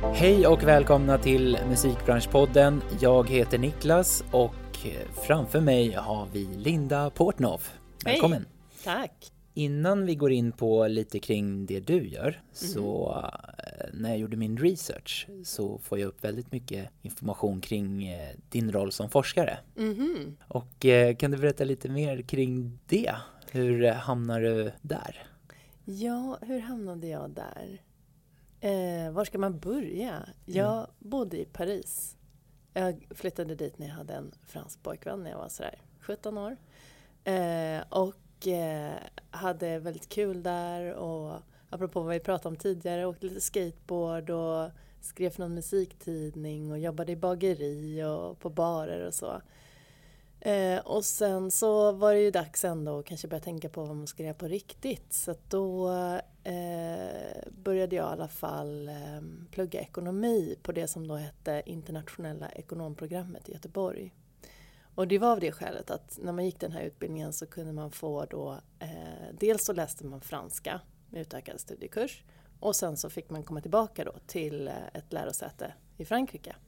Hej och välkomna till Musikbranschpodden. Jag heter Niklas och framför mig har vi Linda Portnoff. Välkommen. Hej. Tack. Innan vi går in på lite kring det du gör, så när jag gjorde min research så får jag upp väldigt mycket information kring din roll som forskare. Och kan du berätta lite mer kring det? Hur hamnar du där? Ja, hur hamnade jag där? Var ska man börja? Jag bodde i Paris. Jag flyttade dit när jag hade en fransk pojkvän när jag var sådär 17 år. Och hade väldigt kul där. Och apropå vad vi pratade om tidigare, åkte lite skateboard och skrev för någon musiktidning och jobbade i bageri och på barer och så. Och sen så var det ju dags ändå att kanske börja tänka på vad man ska göra på riktigt. Så att då började jag i alla fall plugga ekonomi på det som då hette internationella ekonomprogrammet i Göteborg. Och det var av det skälet att när man gick den här utbildningen så kunde man få då, dels så läste man franska med utökad studiekurs. Och sen så fick man komma tillbaka då till ett lärosäte i Frankrike.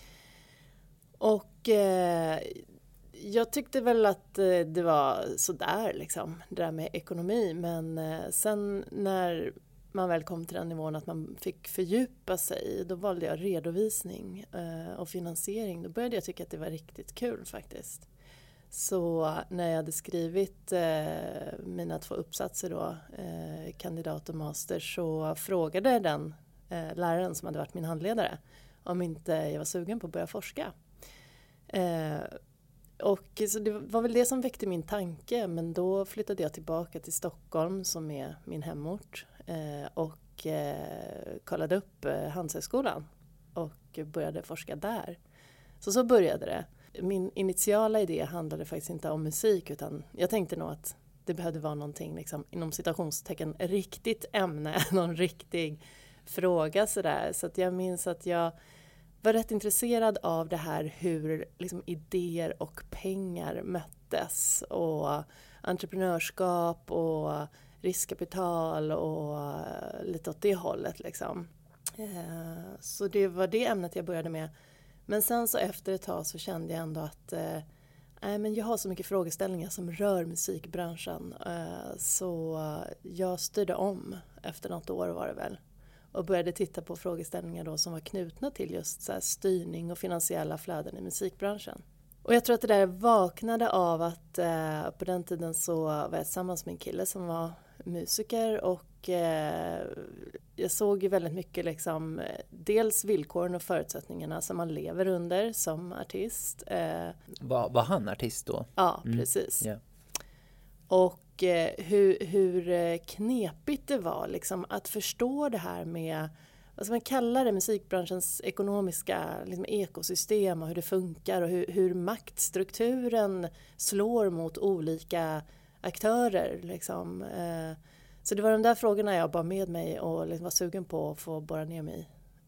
Och jag tyckte väl att det var sådär liksom, det där med ekonomi. Men sen när man väl kom till den nivån att man fick fördjupa sig, då valde jag redovisning och finansiering. Då började jag tycka att det var riktigt kul faktiskt. Så när jag hade skrivit mina 2 uppsatser då, kandidat och master, så frågade den läraren som hade varit min handledare om inte jag var sugen på att börja forska. Och så det var väl det som väckte min tanke, men då flyttade jag tillbaka till Stockholm som är min hemort och kollade upp Handelshögskolan och började forska där. Så började det. Min initiala idé handlade faktiskt inte om musik, utan jag tänkte nog att det behövde vara någonting liksom, inom citationstecken riktigt ämne, någon riktig fråga sådär. Så att jag minns att jag var rätt intresserad av det här hur liksom, idéer och pengar möttes och entreprenörskap och riskkapital och lite åt det hållet liksom. Så det var det ämnet jag började med. Men sen så efter ett tag så kände jag ändå att men jag har så mycket frågeställningar som rör musikbranschen, så jag styrde om efter något år var det väl. Och började titta på frågeställningar då som var knutna till just så här styrning och finansiella flöden i musikbranschen. Och jag tror att det där vaknade av att på den tiden så var jag tillsammans med en kille som var musiker. Och jag såg ju väldigt mycket liksom, dels villkoren och förutsättningarna som man lever under som artist. Var han artist då? Ja, precis. Yeah. Och hur knepigt det var liksom, att förstå det här med, vad ska man kalla det, musikbranschens ekonomiska liksom, ekosystem och hur det funkar och hur maktstrukturen slår mot olika aktörer. Liksom. Så det var de där frågorna jag bar med mig och liksom var sugen på att få borra ner mig i.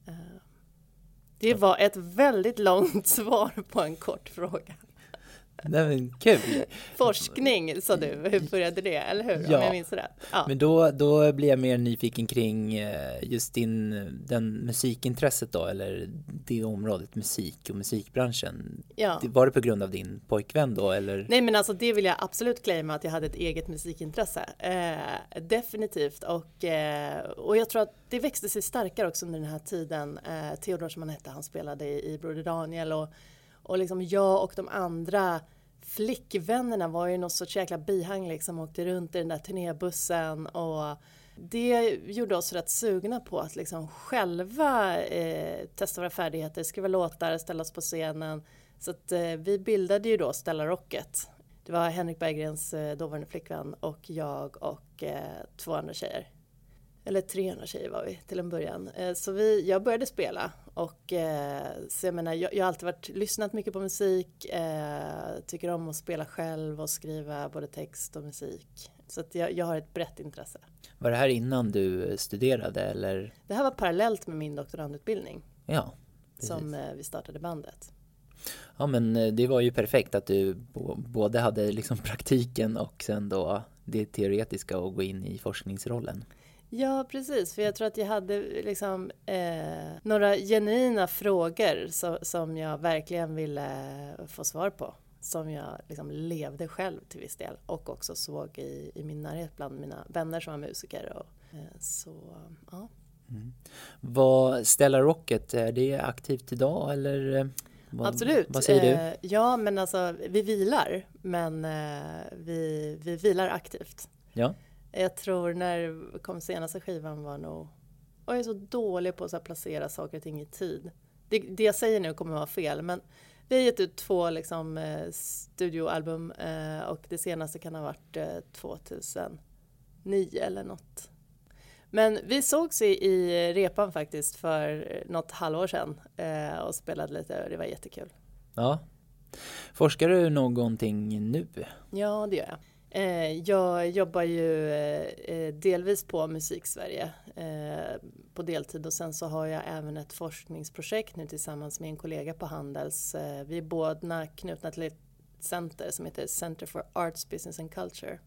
Det var ett väldigt långt svar på en kort fråga. Nej, men kul. Forskning, sa du. Hur började det, eller hur? Ja. Om jag minns rätt. Ja. Men då blir jag mer nyfiken kring just den musikintresset då, eller det området, musik och musikbranschen. Ja. Var det på grund av din pojkvän då, eller? Nej, men alltså det vill jag absolut claima att jag hade ett eget musikintresse. Definitivt. Och jag tror att det växte sig starkare också under den här tiden. Theodor som han hette, han spelade i Broder Daniel och liksom jag och de andra flickvännerna var ju något sorts jäkla bihang liksom, åkte runt i den där turnébussen och det gjorde oss rätt sugna på att liksom själva testa våra färdigheter, skriva låtar, ställa oss på scenen. Så att vi bildade ju då Stella Rocket. Det var Henrik Berggrens dåvarande flickvän och jag och 2 andra tjejer. Eller 300 tjejer var vi till en början. Så jag började spela. Och så jag menar, jag har alltid lyssnat mycket på musik. Tycker om att spela själv och skriva både text och musik. Så att jag har ett brett intresse. Var det här innan du studerade eller? Det här var parallellt med min doktorandutbildning. Ja, precis. Som vi startade bandet. Ja, men det var ju perfekt att du både hade liksom praktiken och sen då det teoretiska och gå in i forskningsrollen. Ja, precis. För jag tror att jag hade liksom, några genuina frågor som jag verkligen ville få svar på. Som jag liksom levde själv till viss del. Och också såg i min närhet bland mina vänner som var musiker. Och, ja. Vad Stella Rocket, är det aktivt idag eller? Absolut. Vad säger du? Ja, men alltså vi vilar. Men vi vilar aktivt. Ja. Jag tror när kom senaste skivan var nog... Och jag är så dålig på att placera saker och ting i tid. Det jag säger nu kommer att vara fel. Men vi har gett ut 2 liksom, studioalbum. Och det senaste kan ha varit 2009 eller något. Men vi sågs i repan faktiskt för något halvår sedan. Och spelade lite och det var jättekul. Ja. Forskar du någonting nu? Ja, det gör jag. Jag jobbar ju delvis på Musiksverige på deltid och sen så har jag även ett forskningsprojekt nu tillsammans med en kollega på Handels. Vi är båda knutna till ett center som heter Center for Arts, Business and Culture.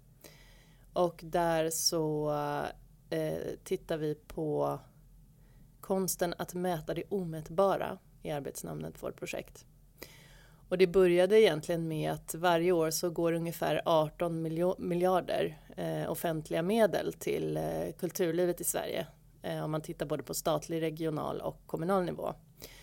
Och där så tittar vi på konsten att mäta det omätbara i arbetsnamnet för vårt projekt. Och det började egentligen med att varje år så går ungefär 18 miljarder offentliga medel till kulturlivet i Sverige. Om man tittar både på statlig, regional och kommunal nivå.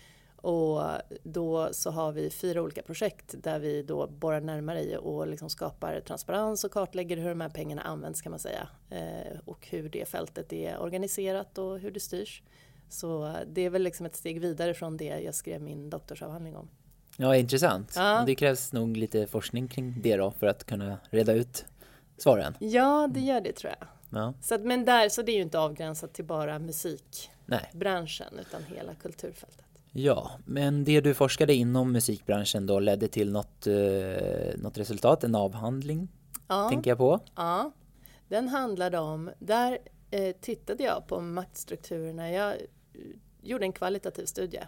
Och då så har vi 4 olika projekt där vi då borrar närmare i och liksom skapar transparens och kartlägger hur de här pengarna används kan man säga. Och hur det fältet är organiserat och hur det styrs. Så det är väl liksom ett steg vidare från det jag skrev min doktorsavhandling om. Ja, intressant. Ja. Det krävs nog lite forskning kring det då för att kunna reda ut svaren. Ja, det gör det tror jag. Ja. Så att, men där, så det är ju inte avgränsat till bara musikbranschen Nej. utan hela kulturfältet. Ja, men det du forskade inom musikbranschen då ledde till något resultat, en avhandling, tänker jag på. Ja, den handlade om, där tittade jag på maktstrukturerna. Jag gjorde en kvalitativ studie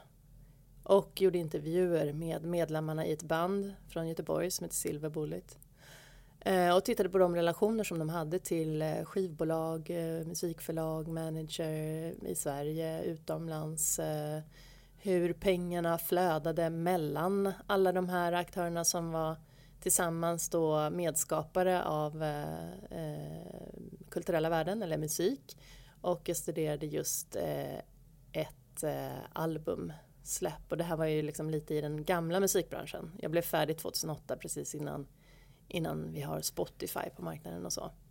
och gjorde intervjuer med medlemmarna i ett band från Göteborg som heter Silver Bullet. Och tittade på de relationer som de hade till skivbolag, musikförlag, manager i Sverige, utomlands. Hur pengarna flödade mellan alla de här aktörerna som var tillsammans då medskapare av kulturella värden eller musik. Och jag studerade just ett albumsläpp. Och det här var ju liksom lite i den gamla musikbranschen. Jag blev färdig 2008 precis innan vi har Spotify på marknaden och så.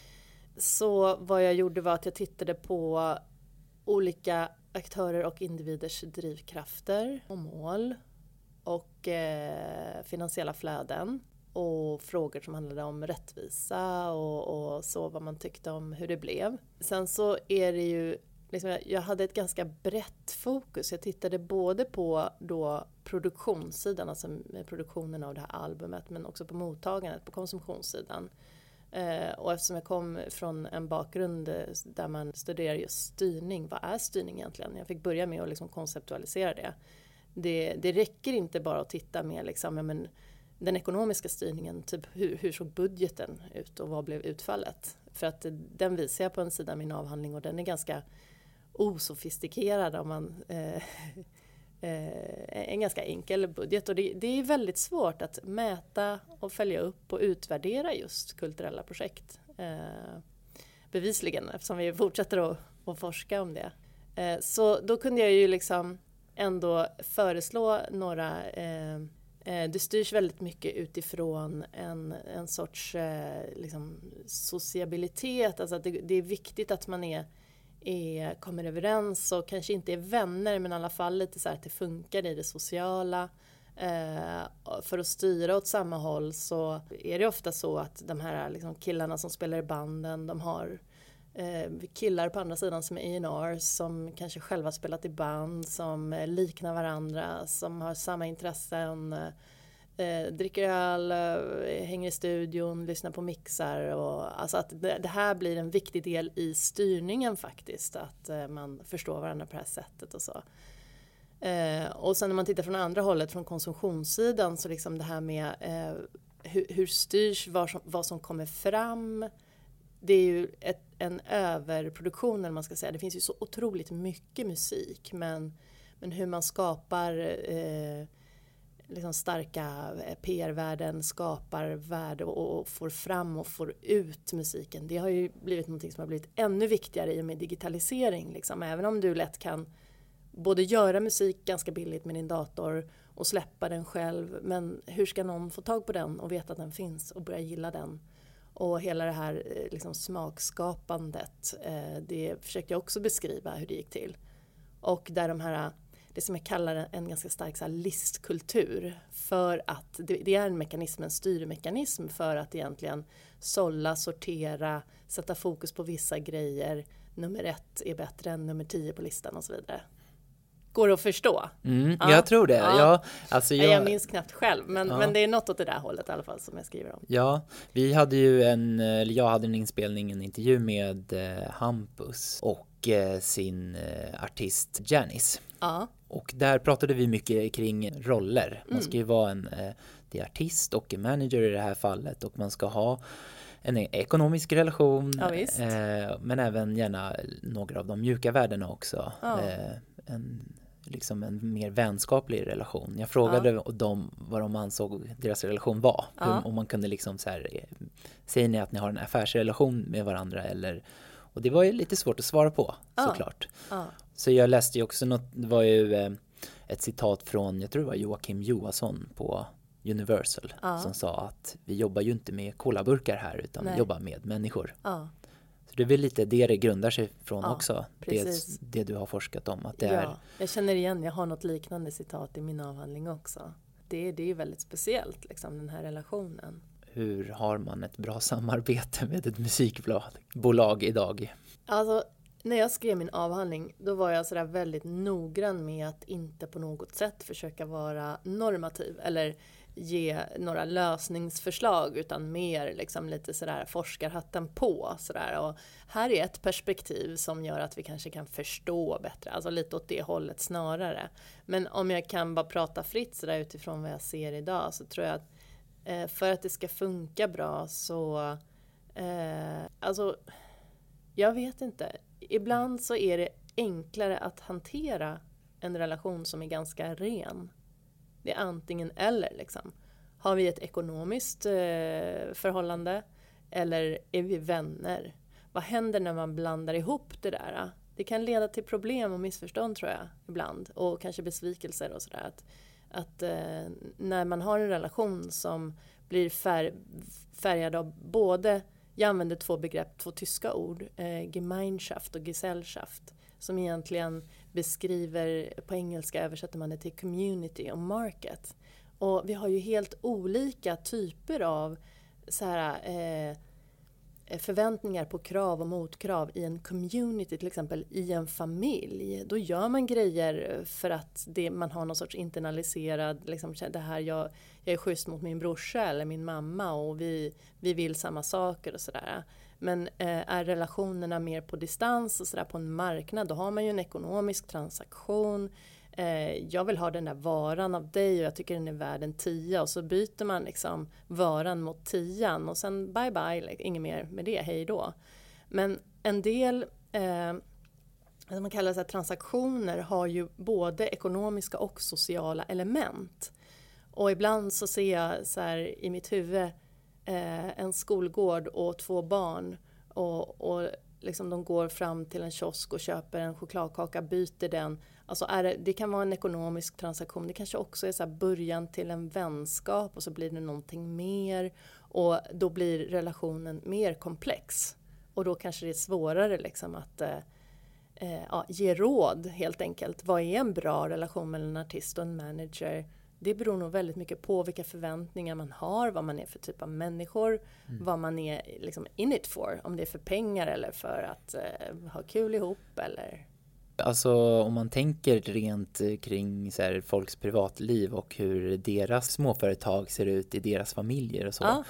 Så vad jag gjorde var att jag tittade på olika aktörer och individers drivkrafter och mål och finansiella flöden och frågor som handlade om rättvisa och så vad man tyckte om hur det blev. Sen så är det ju liksom, jag hade ett ganska brett fokus. Jag tittade både på då produktionssidan, alltså produktionen av det här albumet, men också på mottagandet, på konsumtionssidan. Och eftersom jag kom från en bakgrund där man studerar just styrning, vad är styrning egentligen? Jag fick börja med att liksom konceptualisera det. Det räcker inte bara att titta med liksom, men den ekonomiska styrningen, typ hur såg budgeten ut och vad blev utfallet? För att den visar jag på en sida av min avhandling och den är ganska osofistikerad om man en ganska enkel budget och det är väldigt svårt att mäta och följa upp och utvärdera just kulturella projekt bevisligen eftersom vi fortsätter att forska om det. Så då kunde jag ju liksom ändå föreslå några det styrs väldigt mycket utifrån en sorts liksom sociabilitet, alltså att det är viktigt att man kommer överens och kanske inte är vänner men i alla fall lite så här att det funkar i det sociala. För att styra åt samma håll så är det ofta så att de här liksom killarna som spelar i banden, de har killar på andra sidan som är A&R som kanske själva spelat i band, som liknar varandra, som har samma intressen, dricker öl, hänger i studion, lyssnar på mixar och alltså att det här blir en viktig del i styrningen faktiskt, att man förstår varandra på det här sättet och så. Och sen när man tittar från andra hållet, från konsumtionssidan, så liksom det här med hur styrs vad som kommer fram. det är ju en överproduktion, eller man ska säga. Det finns ju så otroligt mycket musik, men hur man skapar liksom starka PR-värden, skapar värde och får fram och får ut musiken. Det har ju blivit någonting som har blivit ännu viktigare i och med digitalisering. Liksom. Även om du lätt kan både göra musik ganska billigt med din dator och släppa den själv. Men hur ska någon få tag på den och veta att den finns och börja gilla den? Och hela det här liksom smakskapandet, det försökte jag också beskriva hur det gick till. Och där det som jag kallar en ganska stark så här listkultur, för att det är en styrmekanism för att egentligen sålla, sortera, sätta fokus på vissa grejer. Nummer 1 är bättre än nummer 10 på listan och så vidare. Går det att förstå? Ja. Jag tror det. Ja. Alltså jag minns knappt själv, men det är något åt det där hållet i alla fall som jag skriver om. Ja, jag hade en inspelning, en intervju med Hampus och sin artist Janice. Ja. Och där pratade vi mycket kring roller. Man ska ju vara det är artist och en manager i det här fallet, och man ska ha en ekonomisk relation, men även gärna några av de mjuka värdena också. Ja. En mer vänskaplig relation. Jag frågade dem vad de ansåg deras relation var. Om man kunde liksom så här, säger ni att ni har en affärsrelation med varandra eller, och det var ju lite svårt att svara på såklart. Så jag läste ju också det var ju ett citat från, jag tror det var Joakim Johansson på Universal som sa att vi jobbar ju inte med kolaburkar här, utan vi jobbar med människor. Så det är väl lite det grundar sig från också. Det du har forskat om. Att det är... Jag känner igen, jag har något liknande citat i min avhandling också. Det är väldigt speciellt, liksom, den här relationen. Hur har man ett bra samarbete med ett musikbolag idag? Alltså, när jag skrev min avhandling, då var jag sådär väldigt noggrann med att inte på något sätt försöka vara normativ eller ge några lösningsförslag, utan mer liksom lite sådär forskarhatten på sådär. Och här är ett perspektiv som gör att vi kanske kan förstå bättre, alltså lite åt det hållet snarare. Men om jag kan bara prata fritt sådär utifrån vad jag ser idag, så tror jag att för att det ska funka bra så alltså jag vet inte, ibland så är det enklare att hantera en relation som är ganska ren. Det är antingen eller liksom. Har vi ett ekonomiskt förhållande eller är vi vänner? Vad händer när man blandar ihop det där? Det kan leda till problem och missförstånd, tror jag, ibland. Och kanske besvikelser och sådär. Att när man har en relation som blir färgad av både, jag använder 2 begrepp, 2 tyska ord, Gemeinschaft och Gesellschaft, som egentligen beskriver, på engelska översätter man det till community och market. Och vi har ju helt olika typer av så här, förväntningar på krav och motkrav i en community, till exempel i en familj. Då gör man grejer för att man har någon sorts internaliserad, liksom, det här, jag är schysst mot min brorsa eller min mamma och vi vill samma saker och sådär. Men är relationerna mer på distans och sådär på en marknad, då har man ju en ekonomisk transaktion. Jag vill ha den där varan av dig och jag tycker den är värd en 10, och så byter man liksom varan mot 10 och sen bye bye, inget mer med det, hej då. Men en del som man kallar så här, transaktioner har ju både ekonomiska och sociala element. Och ibland så ser jag så här i mitt huvud en skolgård och 2 barn och liksom de går fram till en kiosk och köper en chokladkaka, byter den. Alltså det kan vara en ekonomisk transaktion. Det kanske också är så här början till en vänskap och så blir det någonting mer. Och då blir relationen mer komplex. Och då kanske det är svårare liksom att ge råd helt enkelt. Vad är en bra relation mellan en artist och en manager? Det beror nog väldigt mycket på vilka förväntningar man har, vad man är för typ av människor, vad man är liksom in it for, om det är för pengar eller för att ha kul ihop eller... Alltså om man tänker rent kring så här, folks privatliv och hur deras småföretag ser ut i deras familjer och så.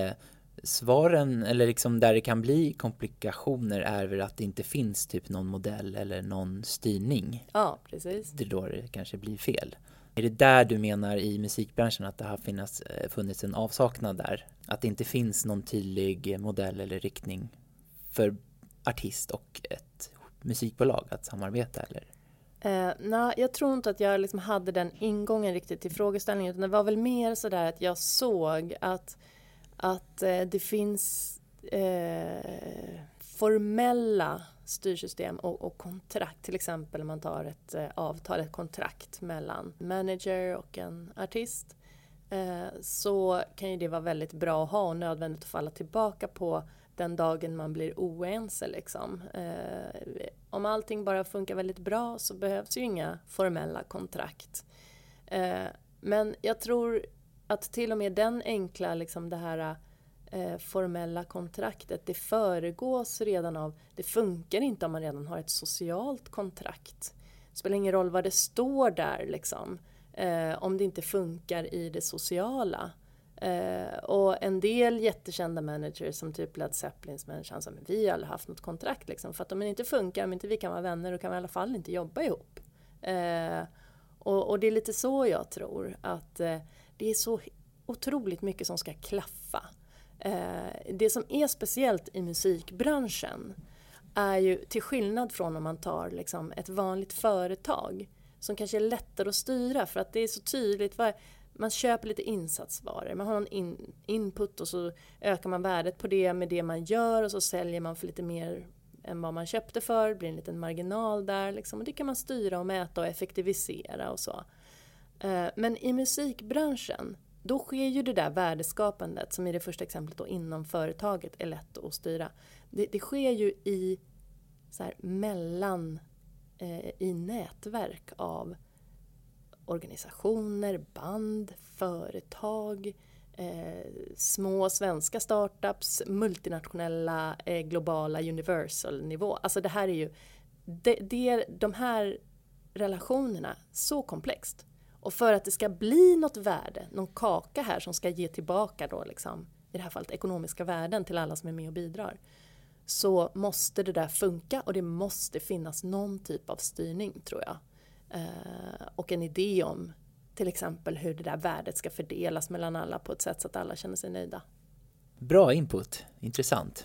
Svaren, eller liksom där det kan bli komplikationer, är väl att det inte finns typ någon modell eller någon styrning. Ja, precis. Det är då det kanske blir fel. Är det där du menar i musikbranschen att det har funnits en avsaknad där? Att det inte finns någon tydlig modell eller riktning för artist och ett musikbolag att samarbeta, eller? Nej, jag tror inte att jag liksom hade den ingången riktigt till frågeställningen, utan det var väl mer sådär att jag såg att det finns formella styrsystem och kontrakt. Till exempel om man tar ett avtal, ett kontrakt mellan manager och en artist, så kan ju det vara väldigt bra att ha och nödvändigt att falla tillbaka på den dagen man blir oense. Liksom. Om allting bara funkar väldigt bra så behövs ju inga formella kontrakt. Men jag tror att till och med den enkla, liksom det här formella kontraktet, det föregås redan av, det funkar inte om man redan har ett socialt kontrakt. Det spelar ingen roll vad det står där liksom, om det inte funkar i det sociala. Och en del jättekända managers som typ Led Zeppelins människan som vi har aldrig haft något kontrakt liksom, för att om det inte funkar, om inte vi kan vara vänner, då kan vi i alla fall inte jobba ihop. Och det är lite så jag tror att det är så otroligt mycket som ska klaffa. Det som är speciellt i musikbranschen är ju, till skillnad från om man tar liksom ett vanligt företag som kanske är lättare att styra för att det är så tydligt, man köper lite insatsvaror, man har en input och så ökar man värdet på det med det man gör och så säljer man för lite mer än vad man köpte för, det blir en liten marginal där liksom, och det kan man styra och mäta och effektivisera och så. Men i musikbranschen, då sker ju det där värdeskapandet som i det första exemplet då inom företaget är lätt att styra. Det sker ju i så här i nätverk av organisationer, band, företag, små svenska startups, multinationella, globala, universal nivå. Alltså det här är ju de här relationerna så komplext. Och för att det ska bli något värde, någon kaka här som ska ge tillbaka då liksom, i det här fallet ekonomiska värden till alla som är med och bidrar, så måste det där funka och det måste finnas någon typ av styrning, tror jag. Och en idé om till exempel hur det där värdet ska fördelas mellan alla på ett sätt så att alla känner sig nöjda. Bra input, intressant.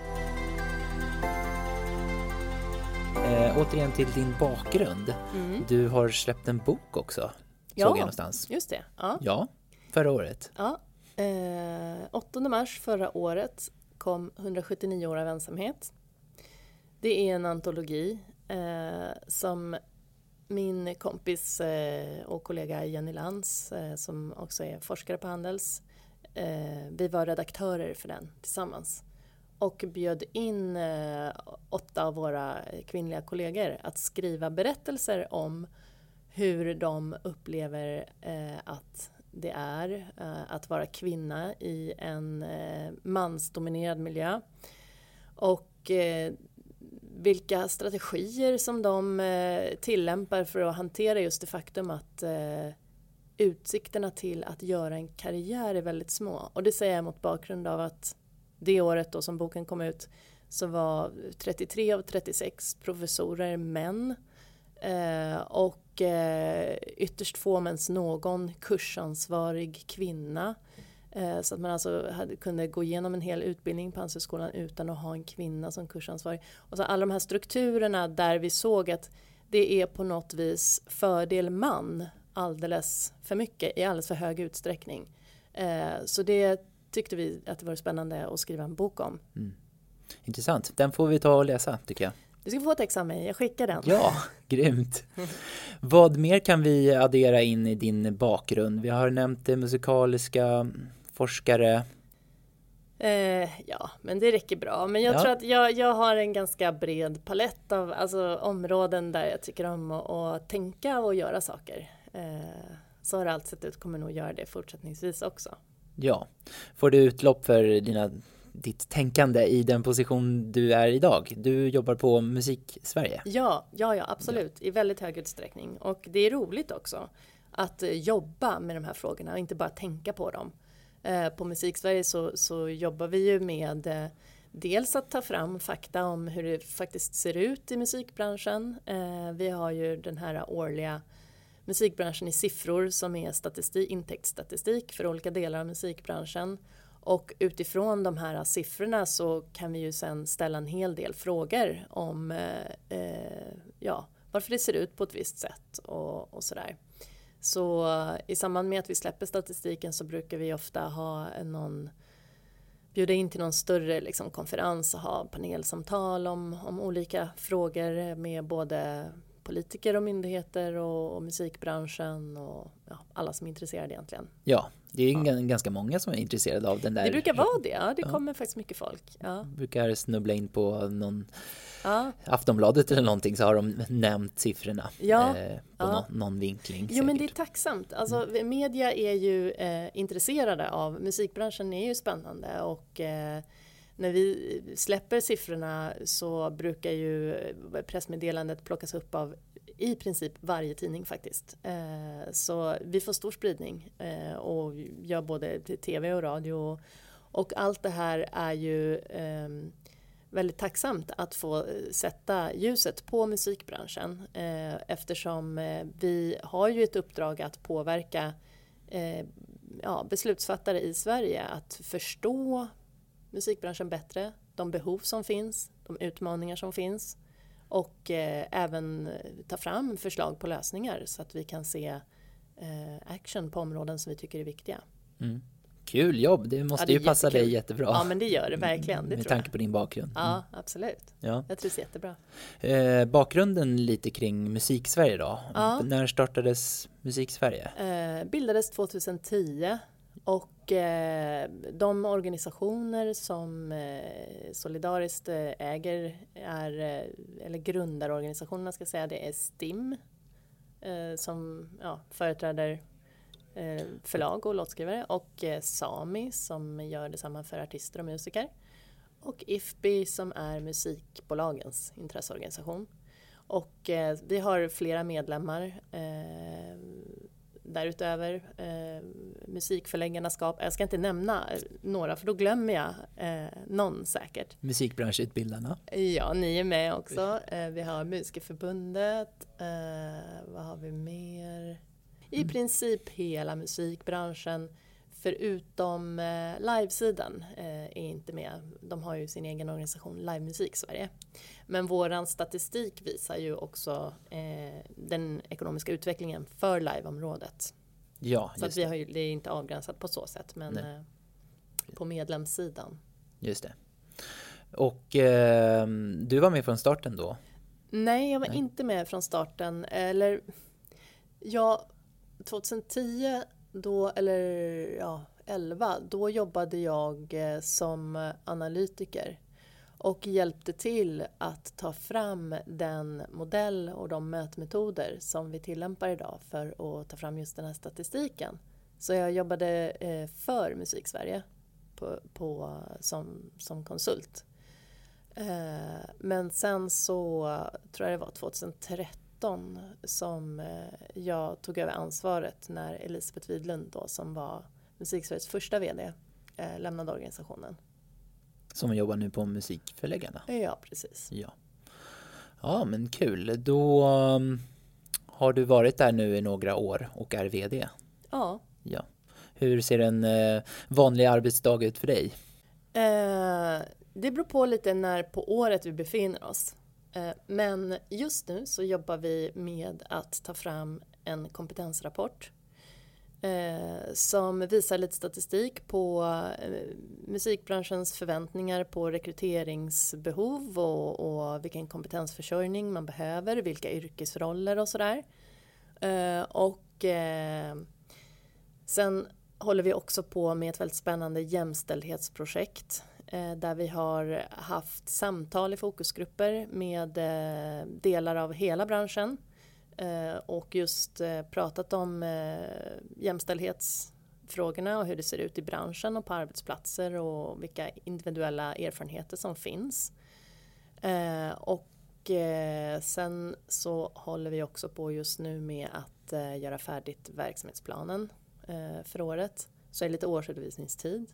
Återigen till din bakgrund. Du har släppt en bok också, såg jag någonstans. Just det. Ja, förra året. Ja, 8 mars förra året kom 179 år av ensamhet. Det är en antologi som min kompis och kollega Jenny Lantz, som också är forskare på Handels, vi var redaktörer för den tillsammans och bjöd in 8 av våra kvinnliga kollegor att skriva berättelser om hur de upplever att det är att vara kvinna i en mansdominerad miljö och vilka strategier som de tillämpar för att hantera just det faktum att utsikterna till att göra en karriär är väldigt små. Och det säger jag mot bakgrund av att det året då som boken kom ut så var 33 av 36 professorer män och ytterst få, men någon kursansvarig kvinna. Så att man alltså kunde gå igenom en hel utbildning på Handelshögskolan utan att ha en kvinna som kursansvarig. Och så alla de här strukturerna där vi såg att det är på något vis fördel man alldeles för mycket i alldeles för hög utsträckning. Så det tyckte vi att det var spännande att skriva en bok om. Intressant. Den får vi ta och läsa, tycker jag. Du ska få ett ex av mig, jag skickar den. Ja, grymt. Vad mer kan vi addera in i din bakgrund? Vi har nämnt det musikaliska, forskare. Ja, men det räcker bra. Men jag tror att jag har en ganska bred palett av områden där jag tycker om att tänka och göra saker. Så har det allt sett ut, kommer nog göra det fortsättningsvis också. Ja. Får du utlopp för ditt tänkande i den position du är idag? Du jobbar på Musik-Sverige. Ja, absolut. Ja. I väldigt hög utsträckning. Och det är roligt också att jobba med de här frågorna och inte bara tänka på dem. På Musik-Sverige så jobbar vi ju med dels att ta fram fakta om hur det faktiskt ser ut i musikbranschen. Vi har ju den här årliga musikbranschen i siffror som är intäktsstatistik för olika delar av musikbranschen. Och utifrån de här siffrorna så kan vi ju sen ställa en hel del frågor om varför det ser ut på ett visst sätt och sådär. Så i samband med att vi släpper statistiken så brukar vi ofta ha bjuda in till någon större liksom, konferens och ha panelsamtal om olika frågor med både politiker och myndigheter och musikbranschen och alla som är intresserade egentligen. Ja, det är ganska många som är intresserade av den där. Det brukar vara det, ja. Det kommer faktiskt mycket folk. Ja. Brukar snubbla in på någon Aftonbladet eller någonting så har de nämnt siffrorna på någon vinkling. Jo, men det är tacksamt. Alltså, media är ju intresserade av, musikbranschen är ju spännande och när vi släpper siffrorna så brukar ju pressmeddelandet plockas upp av i princip varje tidning faktiskt. Så vi får stor spridning och gör både tv och radio. Och allt det här är ju väldigt tacksamt att få sätta ljuset på musikbranschen. Eftersom vi har ju ett uppdrag att påverka beslutsfattare i Sverige att förstå musikbranschen bättre, de behov som finns, de utmaningar som finns och även ta fram förslag på lösningar så att vi kan se action på områden som vi tycker är viktiga. Mm. Kul jobb, det måste ju passa dig jättebra. Ja, men det gör det verkligen. Det med tanke på din bakgrund. Ja, absolut. Ja. Jag trivs jättebra. Bakgrunden lite kring Musiksverige då. Ja. När startades Musiksverige? Bildades 2010 och de organisationer som solidariskt äger eller grundarorganisationerna ska säga, det är STIM som företräder förlag och låtskrivare och Sami som gör detsamma för artister och musiker och IFPI som är musikbolagens intresseorganisation. Och vi har flera medlemmar därutöver. Musikförläggarna jag ska inte nämna några för då glömmer jag någon säkert. Musikbranschutbildarna. Ja, ni är med också. Vi har Musikerförbundet. Vad har vi mer? I princip hela musikbranschen förutom livesidan är inte med. De har ju sin egen organisation Live Musik Sverige. Men våran statistik visar ju också den ekonomiska utvecklingen för liveområdet. Ja, så att det är inte avgränsat på så sätt men på medlemssidan. Just det. Och du var med från starten då? Nej, jag var inte med från starten. 2010 då, 11, då jobbade jag som analytiker och hjälpte till att ta fram den modell och de mätmetoder som vi tillämpar idag för att ta fram just den här statistiken. Så jag jobbade för Musiksverige som konsult. Men sen så tror jag det var 2013 som jag tog över ansvaret när Elisabeth Widlund då, som var Musiksveriges första vd, lämnade organisationen. Som jobbar nu på Musikförläggarna? Ja, precis. Ja, men kul. Då har du varit där nu i några år och är vd? Ja. Hur ser en vanlig arbetsdag ut för dig? Det beror på lite när på året vi befinner oss. Men just nu så jobbar vi med att ta fram en kompetensrapport som visar lite statistik på musikbranschens förväntningar på rekryteringsbehov och vilken kompetensförsörjning man behöver, vilka yrkesroller och sådär. Sen håller vi också på med ett väldigt spännande jämställdhetsprojekt där vi har haft samtal i fokusgrupper med delar av hela branschen och just pratat om jämställdhetsfrågorna och hur det ser ut i branschen och på arbetsplatser och vilka individuella erfarenheter som finns. Sen så håller vi också på just nu med att göra färdigt verksamhetsplanen för året. Så är det lite årsredovisningstid.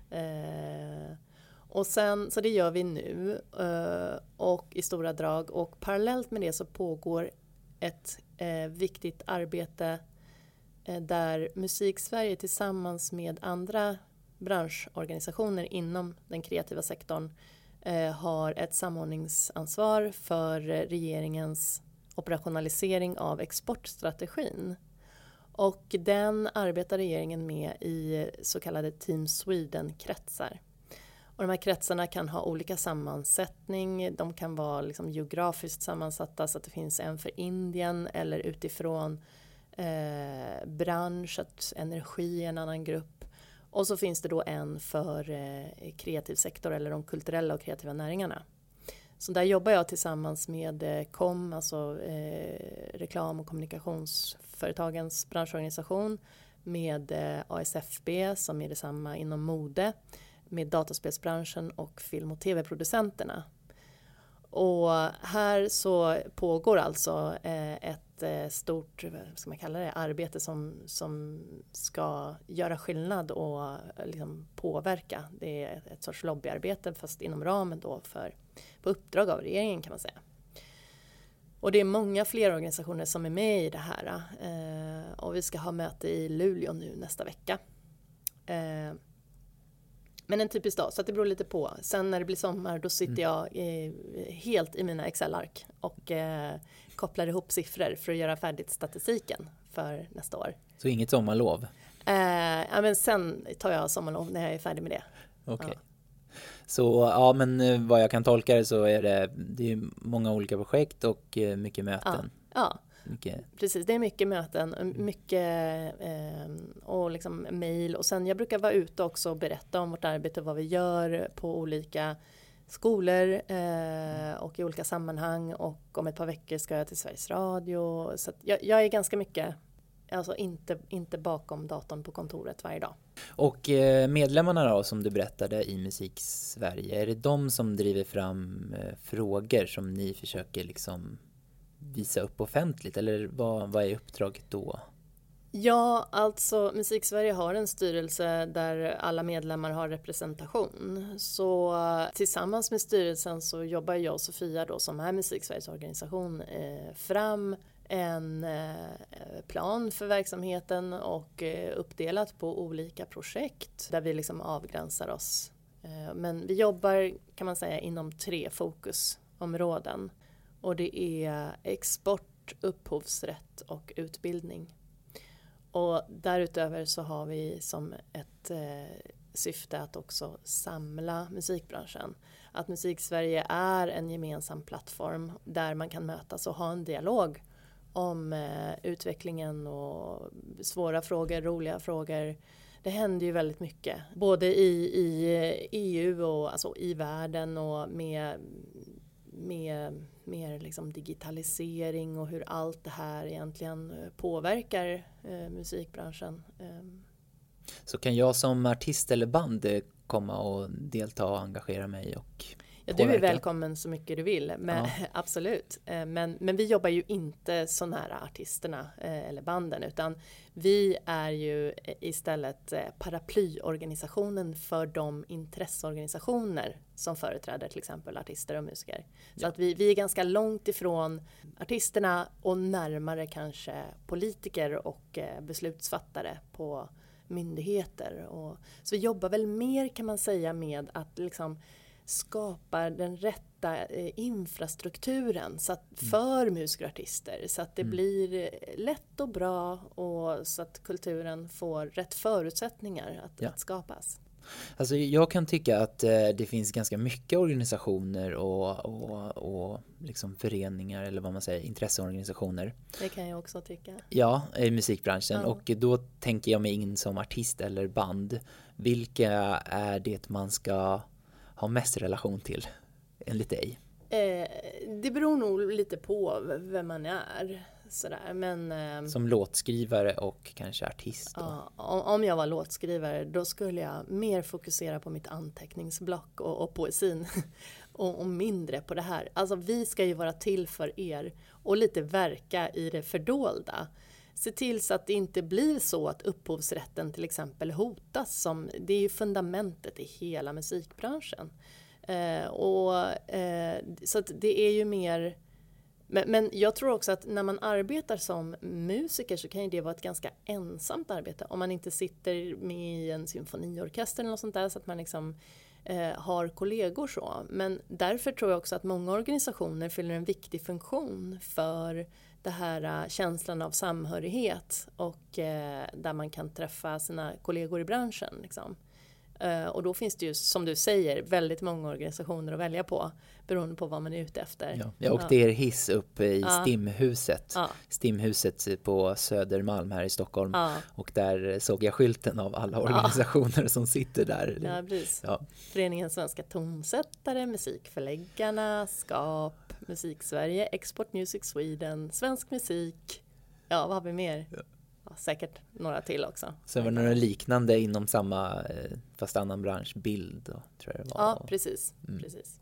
Och sen, så det gör vi nu och i stora drag, och parallellt med det så pågår ett viktigt arbete där Musiksverige tillsammans med andra branschorganisationer inom den kreativa sektorn har ett samordningsansvar för regeringens operationalisering av exportstrategin. Och den arbetar regeringen med i så kallade Team Sweden-kretsar. Och de här kretsarna kan ha olika sammansättning. De kan vara liksom geografiskt sammansatta så att det finns en för Indien eller utifrån bransch, att energi är en annan grupp. Och så finns det då en för kreativ sektor eller de kulturella och kreativa näringarna. Så där jobbar jag tillsammans med KOM, alltså reklam- och kommunikationsföretagens branschorganisation, med ASFB som är detsamma inom mode, med dataspelsbranschen och film- och tv-producenterna. Och här så pågår alltså ett stort, vad ska man kalla det, arbete som ska göra skillnad och liksom påverka. Det är ett sorts lobbyarbete fast inom ramen då på uppdrag av regeringen kan man säga. Och det är många fler organisationer som är med i det här. Och vi ska ha möte i Luleå nu nästa vecka. Men en typisk dag, så att det beror lite på. Sen när det blir sommar då sitter jag helt i mina Excel-ark och kopplar ihop siffror för att göra färdigt statistiken för nästa år. Så inget sommarlov? Ja, men sen tar jag sommarlov när jag är färdig med det. Okej. Ja. Så ja, men vad jag kan tolka det så är det är många olika projekt och mycket möten. Ja. Mycket. Precis, det är mycket möten, mycket och liksom mejl. Och sen jag brukar vara ute också och berätta om vårt arbete och vad vi gör på olika skolor och i olika sammanhang. Och om ett par veckor ska jag till Sveriges Radio. Så att jag är ganska mycket, alltså inte bakom datorn på kontoret varje dag. Och medlemmarna då som du berättade i Musik Sverige, är det de som driver fram frågor som ni försöker liksom visa upp offentligt, eller vad är uppdraget då? Ja, alltså Musik Sverige har en styrelse där alla medlemmar har representation. Så tillsammans med styrelsen så jobbar jag och Sofia då, som är Musik Sveriges organisation, fram en plan för verksamheten och uppdelat på olika projekt där vi liksom avgränsar oss. Men vi jobbar, kan man säga, inom 3 fokusområden. Och det är export, upphovsrätt och utbildning. Och därutöver så har vi som ett syfte att också samla musikbranschen. Att Musik Sverige är en gemensam plattform där man kan mötas och ha en dialog om utvecklingen och svåra frågor, roliga frågor. Det händer ju väldigt mycket, både i EU och alltså i världen och med mer liksom digitalisering och hur allt det här egentligen påverkar musikbranschen. Så kan jag som artist eller band komma och delta och engagera mig och Ja, du är välkommen så mycket du vill, men, ja. Absolut. Men vi jobbar ju inte så nära artisterna eller banden, utan vi är ju istället paraplyorganisationen för de intresseorganisationer som företräder till exempel artister och musiker. Så att vi är ganska långt ifrån artisterna och närmare kanske politiker och beslutsfattare på myndigheter. Så vi jobbar väl mer, kan man säga, med att liksom skapar den rätta infrastrukturen så att för musiker och artister, så att det blir lätt och bra och så att kulturen får rätt förutsättningar att skapas. Alltså jag kan tycka att det finns ganska mycket organisationer och liksom föreningar eller vad man säger, intresseorganisationer. Det kan jag också tycka. Ja, i musikbranschen. Ja. Och då tänker jag mig in som artist eller band. Vilka är det man ska ha mest relation till enligt dig? Det beror nog lite på vem man är. Sådär. Men, som låtskrivare och kanske artist då? Ja, om jag var låtskrivare då skulle jag mer fokusera på mitt anteckningsblock och poesin och mindre på det här. Alltså vi ska ju vara till för er och lite verka i det fördolda. Se till så att det inte blir så att upphovsrätten till exempel hotas. Det är ju fundamentet i hela musikbranschen. Så att det är ju mer Men jag tror också att när man arbetar som musiker så kan ju det vara ett ganska ensamt arbete. Om man inte sitter med i en symfoniorkester eller något sånt där så att man liksom har kollegor så. Men därför tror jag också att många organisationer fyller en viktig funktion för det här känslan av samhörighet och där man kan träffa sina kollegor i branschen liksom. Och då finns det ju, som du säger, väldigt många organisationer att välja på beroende på vad man är ute efter. Ja, jag åkte er hiss upp i Stimhuset. Ja. Stimhuset på Södermalm här i Stockholm. Ja. Och där såg jag skylten av alla organisationer som sitter där. Ja, precis. Ja. Föreningen Svenska Tonsättare, Musikförläggarna, SKAP, Musiksverige, Export Music Sweden, Svensk Musik. Ja, vad har vi mer? Ja, säkert några till också. Sen var det några liknande inom samma, fast annan bransch, bild då, tror jag det var. Ja, precis. Precis.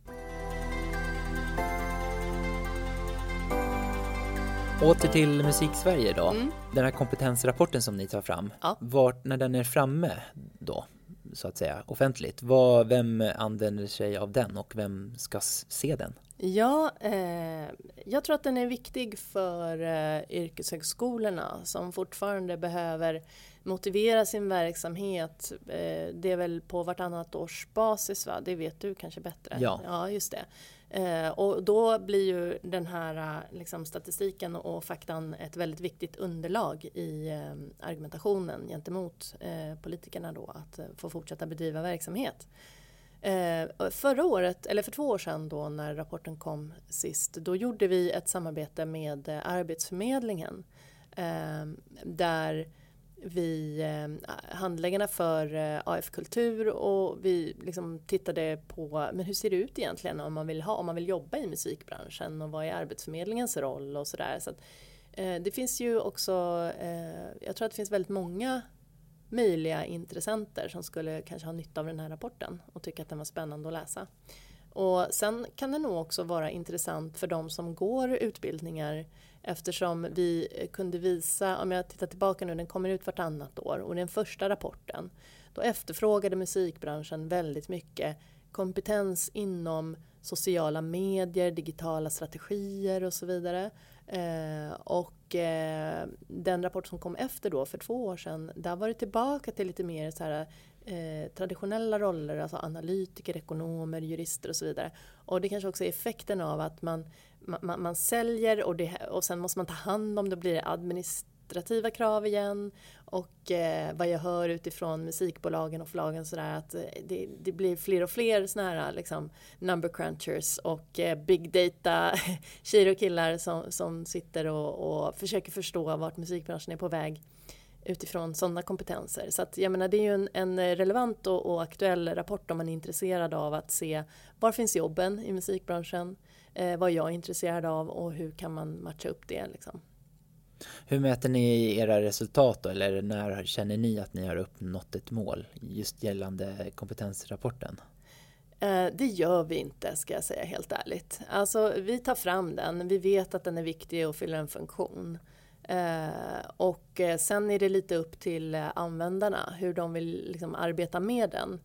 Åter till Musiksverige då. Den här kompetensrapporten som ni tar fram. Ja. När den är framme då, så att säga, offentligt. Vem använder sig av den och vem ska se den? Ja, jag tror att den är viktig för yrkeshögskolorna som fortfarande behöver motivera sin verksamhet. Det är väl på vartannat års basis, va? Det vet du kanske bättre. Ja, just det. Och då blir ju den här liksom, statistiken och faktan ett väldigt viktigt underlag i argumentationen gentemot politikerna då att få fortsätta bedriva verksamhet. Förra året, eller för 2 år sedan då när rapporten kom sist, då gjorde vi ett samarbete med Arbetsförmedlingen där vi handläggarna för AF Kultur och vi liksom tittade på men hur ser det ut egentligen om man vill jobba i musikbranschen och vad är Arbetsförmedlingens roll och sådär. Så att, det finns ju också, jag tror att det finns väldigt många möjliga intressenter som skulle kanske ha nytta av den här rapporten och tycka att den var spännande att läsa. Och sen kan det nog också vara intressant för de som går utbildningar eftersom vi kunde visa, om jag tittar tillbaka nu, den kommer ut vartannat år och den första rapporten, då efterfrågade musikbranschen väldigt mycket kompetens inom sociala medier, digitala strategier och så vidare. Den rapport som kom efter då för 2 år sedan, där var det tillbaka till lite mer så här, traditionella roller, alltså analytiker, ekonomer, jurister och så vidare. Och det kanske också är effekten av att man säljer och sen måste man ta hand om det, blir administrativa krav igen. Och vad jag hör utifrån musikbolagen och förlagen sådär att det blir fler och fler såna här liksom number crunchers och big data tjejer och killar som sitter och försöker förstå vart musikbranschen är på väg utifrån sådana kompetenser. Så att, jag menar, det är ju en relevant och aktuell rapport om man är intresserad av att se var finns jobben i musikbranschen, vad jag är intresserad av och hur kan man matcha upp det liksom. Hur mäter ni era resultat då? Eller när känner ni att ni har uppnått ett mål just gällande kompetensrapporten? Det gör vi inte, ska jag säga helt ärligt. Alltså, vi tar fram den, vi vet att den är viktig och fyller en funktion. Och sen är det lite upp till användarna hur de vill liksom arbeta med den.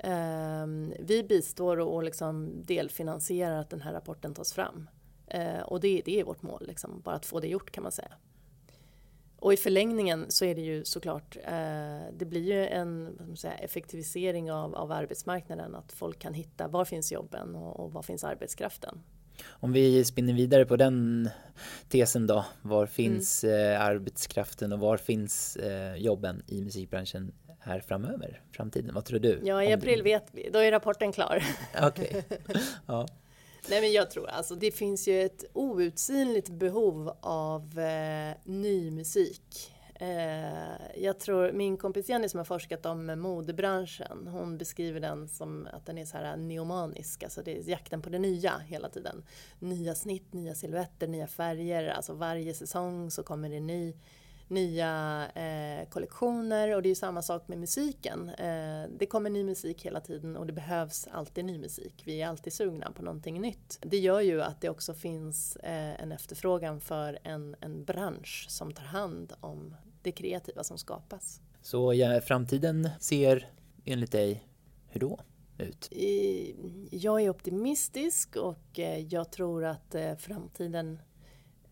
Vi bistår och liksom delfinansierar att den här rapporten tas fram. Och det är vårt mål, liksom, bara att få det gjort kan man säga. Och i förlängningen så är det ju såklart, det blir ju en effektivisering av arbetsmarknaden, att folk kan hitta var finns jobben och var finns arbetskraften. Om vi spinner vidare på den tesen då, var finns arbetskraften och var finns jobben i musikbranschen här framöver, framtiden? Vad tror du? Ja, i april vet vi, då är rapporten klar. Okej. Ja. Nej, men jag tror alltså det finns ju ett outsinligt behov av ny musik. Jag tror min kompis Jenny som har forskat om modebranschen, hon beskriver den som att den är så här neomanisk, alltså det är jakten på det nya hela tiden. Nya snitt, nya silhuetter, nya färger, alltså varje säsong så kommer det nya kollektioner och det är ju samma sak med musiken. Det kommer ny musik hela tiden och det behövs alltid ny musik. Vi är alltid sugna på någonting nytt. Det gör ju att det också finns en efterfrågan för en bransch som tar hand om det kreativa som skapas. Så framtiden ser enligt dig hur då ut? Jag är optimistisk och jag tror att framtiden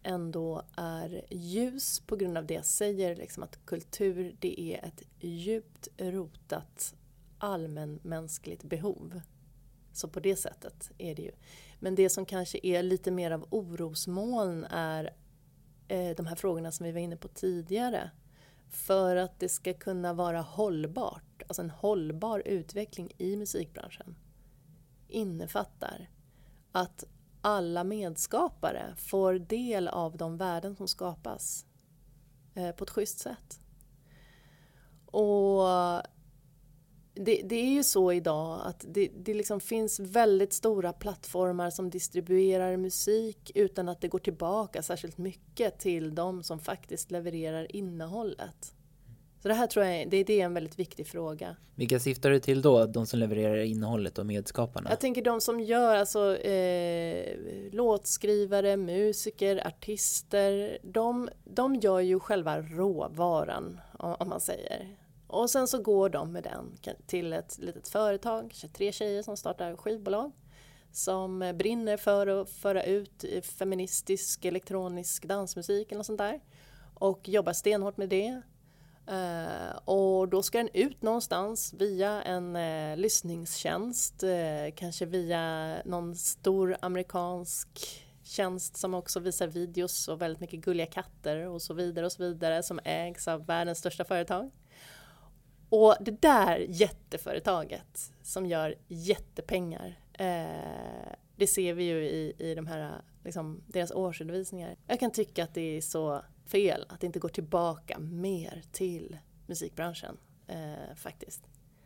ändå är ljus på grund av det jag säger, liksom att kultur, det är ett djupt rotat allmänmänskligt behov. Så på det sättet är det ju. Men det som kanske är lite mer av orosmoln är de här frågorna som vi var inne på tidigare. För att det ska kunna vara hållbart, alltså en hållbar utveckling i musikbranschen, innefattar att alla medskapare får del av de värden som skapas på ett schysst sätt. Och det är ju så idag att det liksom finns väldigt stora plattformar som distribuerar musik utan att det går tillbaka särskilt mycket till de som faktiskt levererar innehållet. Så det här tror jag det är en väldigt viktig fråga. Vilka syftar du till då? De som levererar innehållet och medskaparna? Jag tänker de som gör alltså låtskrivare, musiker, artister. De gör ju själva råvaran, om man säger. Och sen så går de med den till ett litet företag, 23 tjejer som startar skivbolag. Som brinner för att föra ut feministisk elektronisk dansmusik eller något sånt där. Och jobbar stenhårt med det. Och då ska den ut någonstans via en lyssningstjänst, kanske via någon stor amerikansk tjänst som också visar videos och väldigt mycket gulliga katter och så vidare som ägs av världens största företag. Och det där jätteföretaget som gör jättepengar, det ser vi ju i de här, liksom, deras årsredovisningar. Jag kan tycka att det är så fel att det inte går tillbaka mer till musikbranschen faktiskt.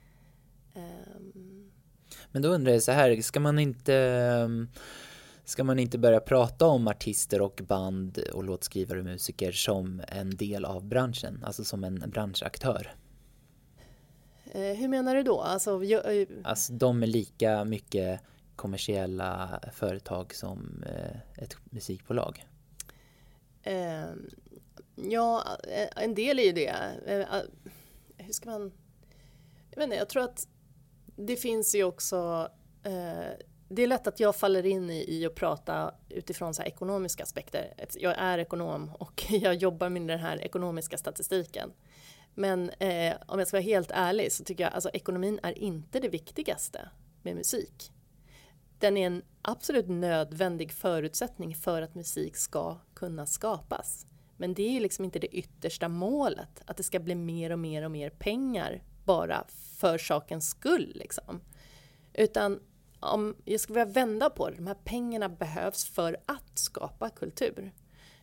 Men då undrar jag så här, ska man inte börja prata om artister och band och låtskrivare och musiker som en del av branschen, alltså som en branschaktör? Hur menar du då? Alltså de är lika mycket kommersiella företag som ett musikbolag. Ja, en del är ju det. Hur ska man... Jag tror att det finns ju också... Det är lätt att jag faller in i att prata utifrån så här ekonomiska aspekter. Jag är ekonom och jag jobbar med den här ekonomiska statistiken. Men om jag ska vara helt ärlig så tycker jag alltså ekonomin är inte det viktigaste med musik. Den är en absolut nödvändig förutsättning för att musik ska kunna skapas. Men det är liksom inte det yttersta målet, att det ska bli mer och mer och mer pengar bara för sakens skull. Liksom. Utan om jag ska vilja vända på det, de här pengarna behövs för att skapa kultur.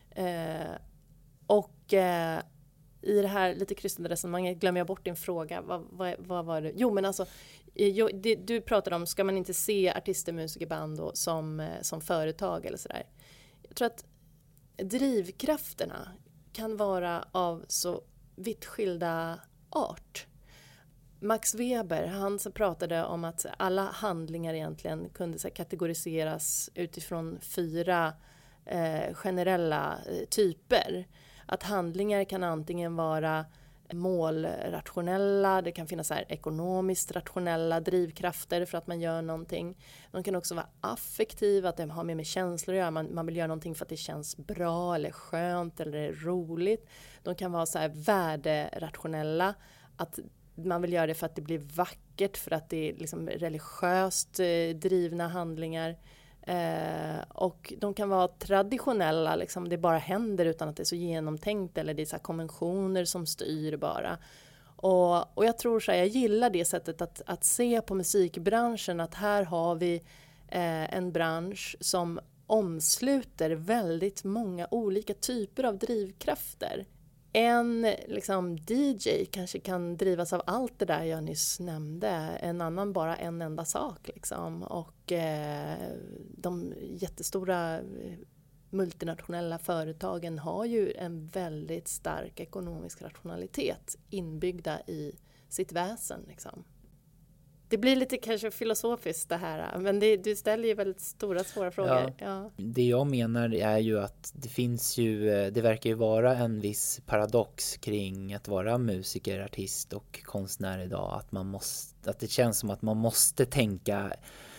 I det här lite krystade resonemanget glömmer jag bort din fråga. Vad var det? Jo, men alltså, du pratade om, ska man inte se artister, musiker, band då, som företag eller sådär. Jag tror att drivkrafterna kan vara av så vitt skilda art. Max Weber, han pratade om att alla handlingar egentligen kunde så här kategoriseras utifrån 4 generella typer. Att handlingar kan antingen vara målrationella, det kan finnas så här ekonomiskt rationella drivkrafter för att man gör någonting. De kan också vara affektiva, att de har med känslor att göra. Man vill göra någonting för att det känns bra eller skönt eller roligt. De kan vara så här värderationella, att man vill göra det för att det blir vackert, för att det är liksom religiöst drivna handlingar. Och de kan vara traditionella, liksom det bara händer utan att det är så genomtänkt, eller det är så här konventioner som styr bara. Och jag tror så här, jag gillar det sättet att se på musikbranschen, att här har vi en bransch som omsluter väldigt många olika typer av drivkrafter. En liksom, DJ kanske kan drivas av allt det där jag nyss nämnde. En annan bara en enda sak. Liksom. Och de jättestora multinationella företagen har ju en väldigt stark ekonomisk rationalitet inbyggda i sitt väsen. Liksom. Det blir lite kanske filosofiskt det här, men du ställer ju väldigt stora, svåra frågor. Ja. Det jag menar är ju att det verkar ju vara en viss paradox kring att vara musiker, artist och konstnär idag. Att det känns som att man måste tänka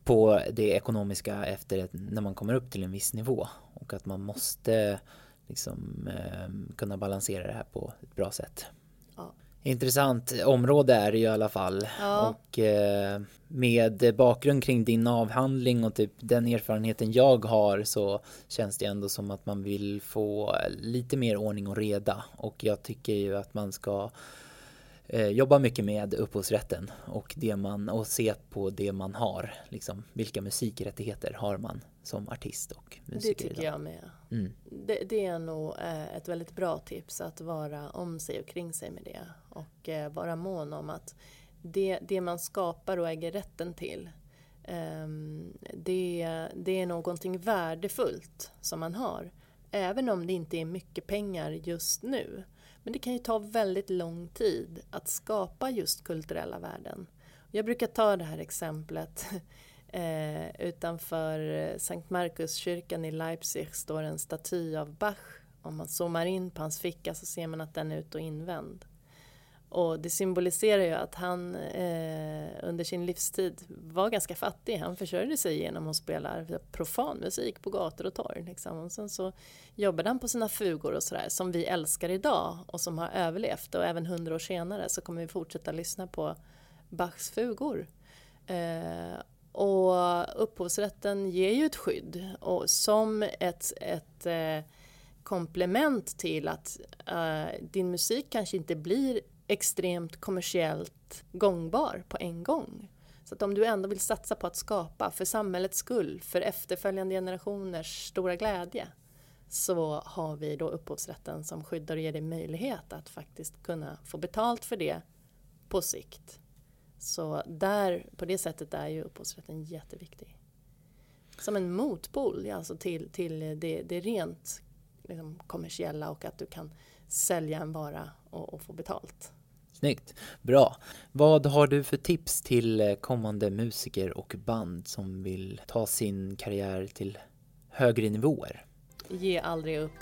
på det ekonomiska när man kommer upp till en viss nivå. Och att man måste liksom kunna balansera det här på ett bra sätt. Ja. Intressant område är det i alla fall. Ja. Och med bakgrund kring din avhandling och typ den erfarenheten jag har, så känns det ändå som att man vill få lite mer ordning och reda. Och jag tycker ju att man ska jobba mycket med upphovsrätten och se på det man har. Liksom, vilka musikrättigheter har man som artist och musiker? Det tycker jag med. Det är nog ett väldigt bra tips, att vara om sig och kring sig med det. Och vara mån om att det man skapar och äger rätten till, det är någonting värdefullt som man har. Även om det inte är mycket pengar just nu. Men det kan ju ta väldigt lång tid att skapa just kulturella värden. Jag brukar ta det här exemplet. Utanför Sankt Markuskyrkan i Leipzig står en staty av Bach. Om man zoomar in på hans ficka så ser man att den är ut- och invänd. Och det symboliserar ju att han under sin livstid var ganska fattig. Han försörjde sig genom att spela profan musik på gator och torg. Liksom. Och sen så jobbade han på sina fugor och sådär, som vi älskar idag och som har överlevt. Och även 100 år senare så kommer vi fortsätta lyssna på Bachs fugor. Och upphovsrätten ger ju ett skydd. Och som ett komplement till att din musik kanske inte blir extremt kommersiellt gångbar på en gång. Så att om du ändå vill satsa på att skapa för samhällets skull, för efterföljande generationers stora glädje, så har vi då upphovsrätten som skyddar och ger dig möjlighet att faktiskt kunna få betalt för det på sikt. Så på det sättet är ju upphovsrätten jätteviktig. Som en motpol, alltså till det rent liksom, kommersiella, och att du kan sälja en vara och få betalt. Snyggt, bra. Vad har du för tips till kommande musiker och band som vill ta sin karriär till högre nivåer? Ge aldrig upp.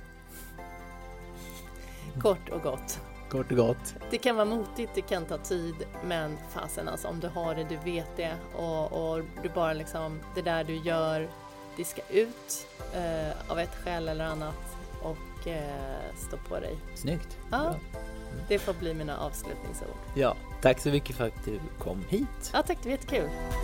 Kort och gott. Kort och gott. Det kan vara motigt, det kan ta tid, men fasen alltså, om du har det, du vet det, och du bara liksom, det där du gör, det ska ut av ett skäl eller annat, och stå på dig. Snyggt. Ja, bra. Det får bli mina avslutningsord. Ja, tack så mycket för att du kom hit. Ja, tack, det var jättekul.